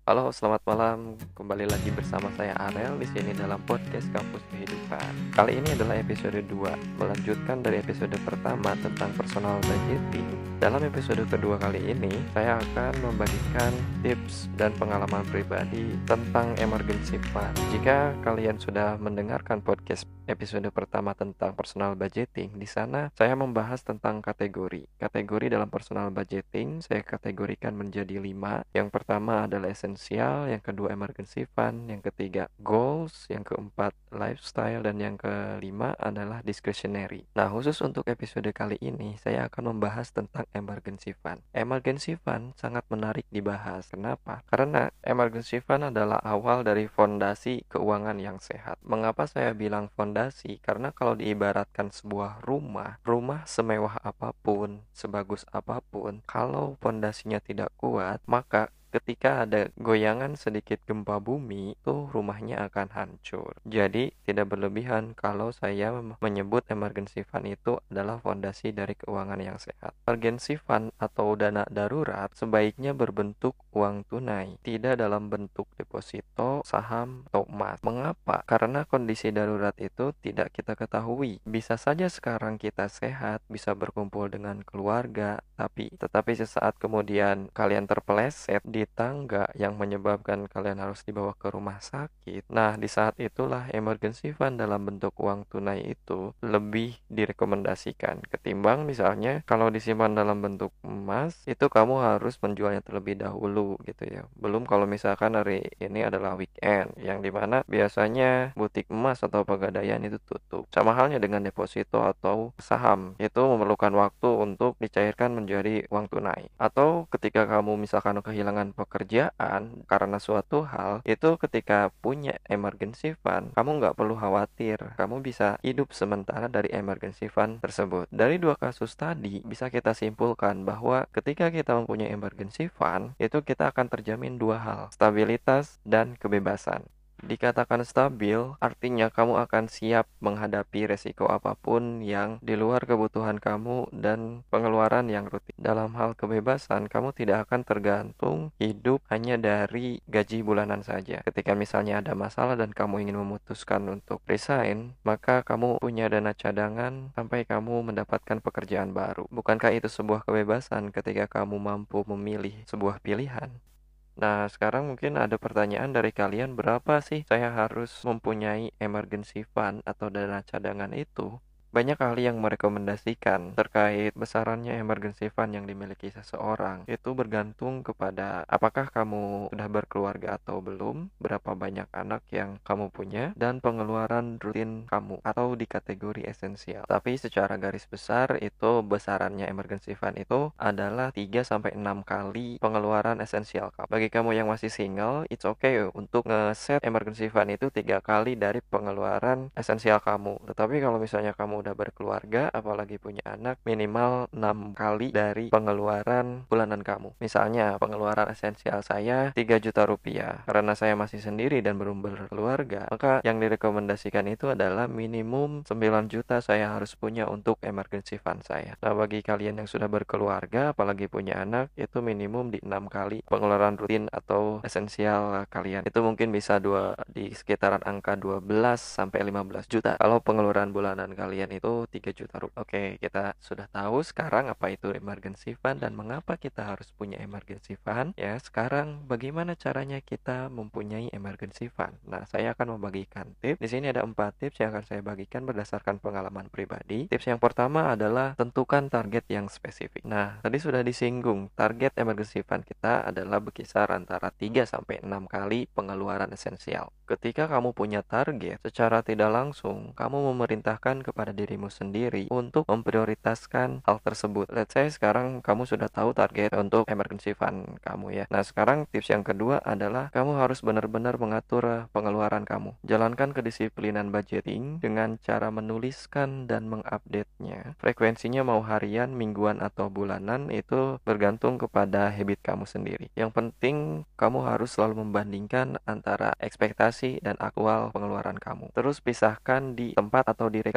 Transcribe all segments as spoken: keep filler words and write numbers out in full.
Halo, selamat malam. Kembali lagi bersama saya Arel di sini dalam podcast Kampus Kehidupan. Kali ini adalah episode dua, melanjutkan dari episode pertama tentang personal budgeting. Dalam episode kedua kali ini, saya akan membagikan tips dan pengalaman pribadi tentang emergency fund. Jika kalian sudah mendengarkan podcast episode pertama tentang personal budgeting, di sana saya membahas tentang kategori. Kategori dalam personal budgeting saya kategorikan menjadi lima. Yang pertama adalah esensial, yang kedua emergency fund, yang ketiga goals, yang keempat lifestyle, dan yang kelima adalah discretionary. Nah, khusus untuk episode kali ini saya akan membahas tentang emergency fund. Emergency fund sangat menarik dibahas. Kenapa? Karena emergency fund adalah awal dari fondasi keuangan yang sehat. Mengapa saya bilang fondasi? Karena kalau diibaratkan sebuah rumah, rumah semewah apapun, sebagus apapun, kalau fondasinya tidak kuat, maka ketika ada goyangan sedikit gempa bumi, itu rumahnya akan hancur. Jadi, tidak berlebihan kalau saya menyebut emergency fund itu adalah fondasi dari keuangan yang sehat. Emergency fund atau dana darurat sebaiknya berbentuk uang tunai, tidak dalam bentuk deposito, saham, atau emas. Mengapa? Karena kondisi darurat itu tidak kita ketahui. Bisa saja sekarang kita sehat, bisa berkumpul dengan keluarga, tapi tetapi sesaat kemudian kalian terpeleset di tangga yang menyebabkan kalian harus dibawa ke rumah sakit. Nah, di saat itulah emergency fund dalam bentuk uang tunai itu lebih direkomendasikan ketimbang misalnya kalau disimpan dalam bentuk emas, itu kamu harus menjualnya terlebih dahulu gitu ya. Belum kalau misalkan hari ini adalah weekend, yang dimana biasanya butik emas atau pegadaian itu tutup. Sama halnya dengan deposito atau saham, itu memerlukan waktu untuk dicairkan menjadi uang tunai. Atau ketika kamu misalkan kehilangan pekerjaan karena suatu hal, itu ketika punya emergency fund, kamu nggak perlu khawatir, kamu bisa hidup sementara dari emergency fund tersebut. Dari dua kasus tadi, bisa kita simpulkan bahwa ketika kita mempunyai emergency fund, itu kita akan terjamin dua hal, stabilitas dan kebebasan. Dikatakan stabil, artinya kamu akan siap menghadapi resiko apapun yang di luar kebutuhan kamu dan pengeluaran yang rutin. Dalam hal kebebasan, kamu tidak akan tergantung hidup hanya dari gaji bulanan saja. Ketika misalnya ada masalah dan kamu ingin memutuskan untuk resign, maka kamu punya dana cadangan sampai kamu mendapatkan pekerjaan baru. Bukankah itu sebuah kebebasan ketika kamu mampu memilih sebuah pilihan? Nah, sekarang mungkin ada pertanyaan dari kalian, berapa sih saya harus mempunyai emergency fund atau dana cadangan itu? Banyak ahli yang merekomendasikan terkait besarannya emergency fund yang dimiliki seseorang. Itu bergantung kepada apakah kamu sudah berkeluarga atau belum, berapa banyak anak yang kamu punya, dan pengeluaran rutin kamu atau di kategori esensial. Tapi secara garis besar itu besarannya emergency fund itu adalah tiga sampai enam kali pengeluaran esensial kamu. Bagi kamu yang masih single, it's okay untuk nge-set emergency fund itu tiga kali dari pengeluaran esensial kamu. Tetapi kalau misalnya kamu udah berkeluarga, apalagi punya anak, minimal enam kali dari pengeluaran bulanan kamu. Misalnya, pengeluaran esensial saya tiga juta rupiah. Karena saya masih sendiri dan belum berkeluarga, maka yang direkomendasikan itu adalah minimum sembilan juta saya harus punya untuk emergency fund saya. Nah, bagi kalian yang sudah berkeluarga, apalagi punya anak, itu minimum di enam kali pengeluaran rutin atau esensial kalian. Itu mungkin bisa dua di sekitaran angka dua belas sampai lima belas juta. Kalau pengeluaran bulanan kalian itu tiga juta rupiah. Oke, kita sudah tahu sekarang apa itu emergency fund dan mengapa kita harus punya emergency fund. Ya, sekarang bagaimana caranya kita mempunyai emergency fund? Nah, saya akan membagikan tips. Di sini ada empat tips yang akan saya bagikan berdasarkan pengalaman pribadi. Tips yang pertama adalah tentukan target yang spesifik. Nah, tadi sudah disinggung, target emergency fund kita adalah berkisar antara tiga sampai enam kali pengeluaran esensial. Ketika kamu punya target, secara tidak langsung kamu memerintahkan kepada dirimu sendiri untuk memprioritaskan hal tersebut. Let's say sekarang kamu sudah tahu target untuk emergency fund kamu ya. Nah, sekarang tips yang kedua adalah kamu harus benar-benar mengatur pengeluaran kamu. Jalankan kedisiplinan budgeting dengan cara menuliskan dan mengupdate-nya. Frekuensinya mau harian, mingguan, atau bulanan itu bergantung kepada habit kamu sendiri. Yang penting kamu harus selalu membandingkan antara ekspektasi dan aktual pengeluaran kamu. Terus pisahkan di tempat atau di rekening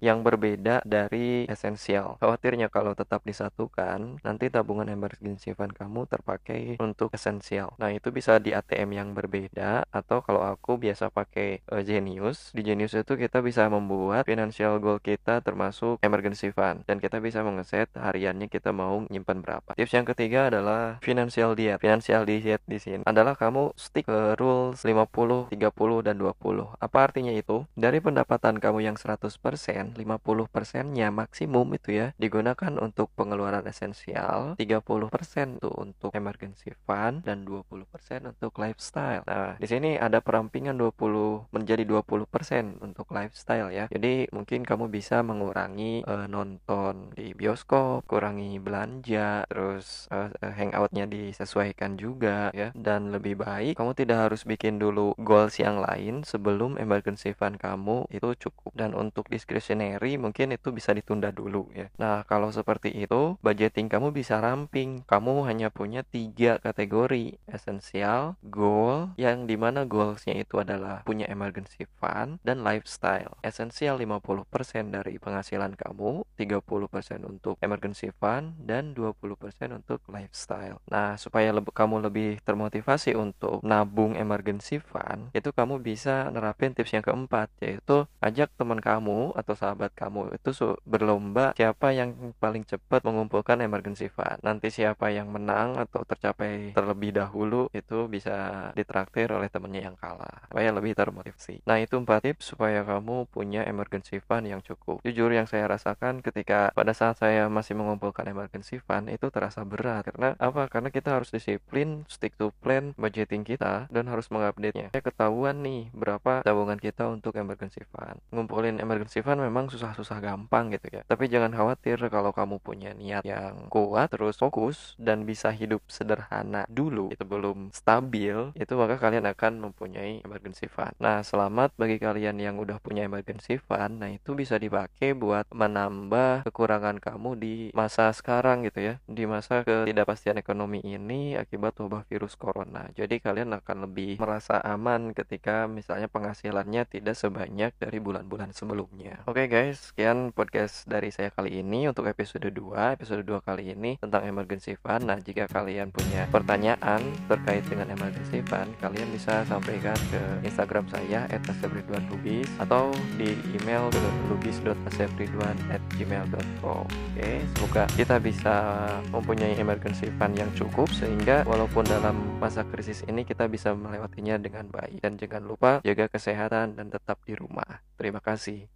yang berbeda dari esensial. Khawatirnya kalau tetap disatukan, nanti tabungan emergency fund kamu terpakai untuk esensial. Nah, itu bisa di A T M yang berbeda, atau kalau aku biasa pakai uh, Genius. Di Genius itu kita bisa membuat financial goal kita termasuk emergency fund, dan kita bisa mengeset hariannya kita mau nyimpan berapa. Tips yang ketiga adalah financial diet. Financial diet di sini adalah kamu stick ke rules lima puluh, tiga puluh, dan dua puluh. Apa artinya itu? Dari pendapatan kamu yang seratus persen, lima puluh persennya maksimum itu ya digunakan untuk pengeluaran esensial, tiga puluh persen tuh untuk emergency fund, dan dua puluh persen untuk lifestyle. Nah, di sini ada perampingan dua puluh menjadi dua puluh persen untuk lifestyle ya. Jadi mungkin kamu bisa mengurangi uh, nonton di bioskop, kurangi belanja, terus uh, hangoutnya disesuaikan juga ya. Dan lebih baik kamu tidak harus bikin dulu goals yang lain sebelum emergency fund kamu itu cukup. Dan untuk discretionary mungkin itu bisa ditunda dulu ya. Nah, kalau seperti itu, budgeting kamu bisa ramping. Kamu hanya punya tiga kategori: esensial, goal, yang dimana goalsnya itu adalah punya emergency fund, dan lifestyle. Esensial lima puluh persen dari penghasilan kamu, tiga puluh persen untuk emergency fund, dan dua puluh persen untuk lifestyle. Nah, supaya le- kamu lebih termotivasi untuk nabung emergency fund, itu kamu bisa nerapin tips yang keempat, yaitu ajak teman kamu atau sahabat kamu itu su- berlomba siapa yang paling cepat mengumpulkan emergency fund. Nanti siapa yang menang atau tercapai terlebih dahulu itu bisa ditraktir oleh temennya yang kalah, supaya lebih termotivasi. Nah, itu empat tips supaya kamu punya emergency fund yang cukup. Jujur yang saya rasakan ketika pada saat saya masih mengumpulkan emergency fund itu terasa berat. Karena apa? Karena kita harus disiplin, stick to plan budgeting kita, dan harus mengupdate-nya. Saya ketahuan nih berapa tabungan kita untuk emergency fund. Ngumpulin emergency fund memang susah-susah gampang gitu ya. Tapi jangan khawatir, kalau kamu punya niat yang kuat, terus fokus, dan bisa hidup sederhana dulu, itu belum stabil, itu maka kalian akan mempunyai emergency fund. Nah, selamat bagi kalian yang udah punya emergency fund. Nah, itu bisa dipakai buat menambah kekurangan kamu di masa sekarang gitu ya, di masa ketidakpastian ekonomi ini akibat wabah virus corona. Jadi kalian akan lebih merasa aman ketika misalnya penghasilannya tidak sebanyak dari bulan-bulan sebelumnya. Oke guys, sekian podcast dari saya kali ini untuk episode dua. Episode dua kali ini tentang emergency fund. Nah, jika kalian punya pertanyaan terkait dengan emergency fund, kalian bisa sampaikan ke Instagram saya et asepridwanlubis atau di email ke lubis dot asepridwan at gmail dot com. Oke, semoga kita bisa mempunyai emergency fund yang cukup sehingga walaupun dalam masa krisis ini kita bisa melewatinya dengan baik. Dan jangan lupa jaga kesehatan dan tetap di rumah. Terima kasih.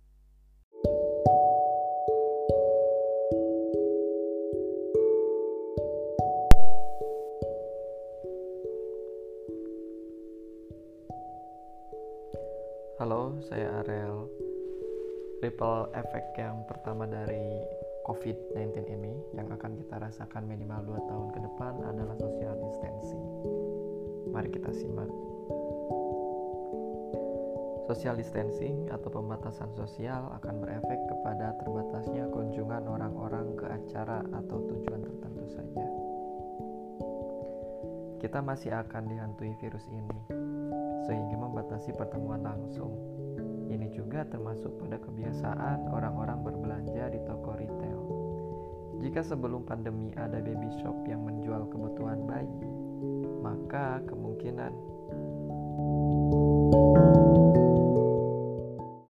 Halo, saya Arel. Ripple effect yang pertama dari covid sembilan belas ini yang akan kita rasakan minimal dua tahun ke depan adalah social distancing. Mari kita simak. Social distancing atau pembatasan sosial akan berefek kepada terbatasnya kunjungan orang-orang ke acara atau tujuan tertentu saja. Kita masih akan dihantui virus ini, sehingga membatasi pertemuan langsung. Ini juga termasuk pada kebiasaan orang-orang berbelanja di toko retail. Jika sebelum pandemi ada baby shop yang menjual kebutuhan bayi, maka kemungkinan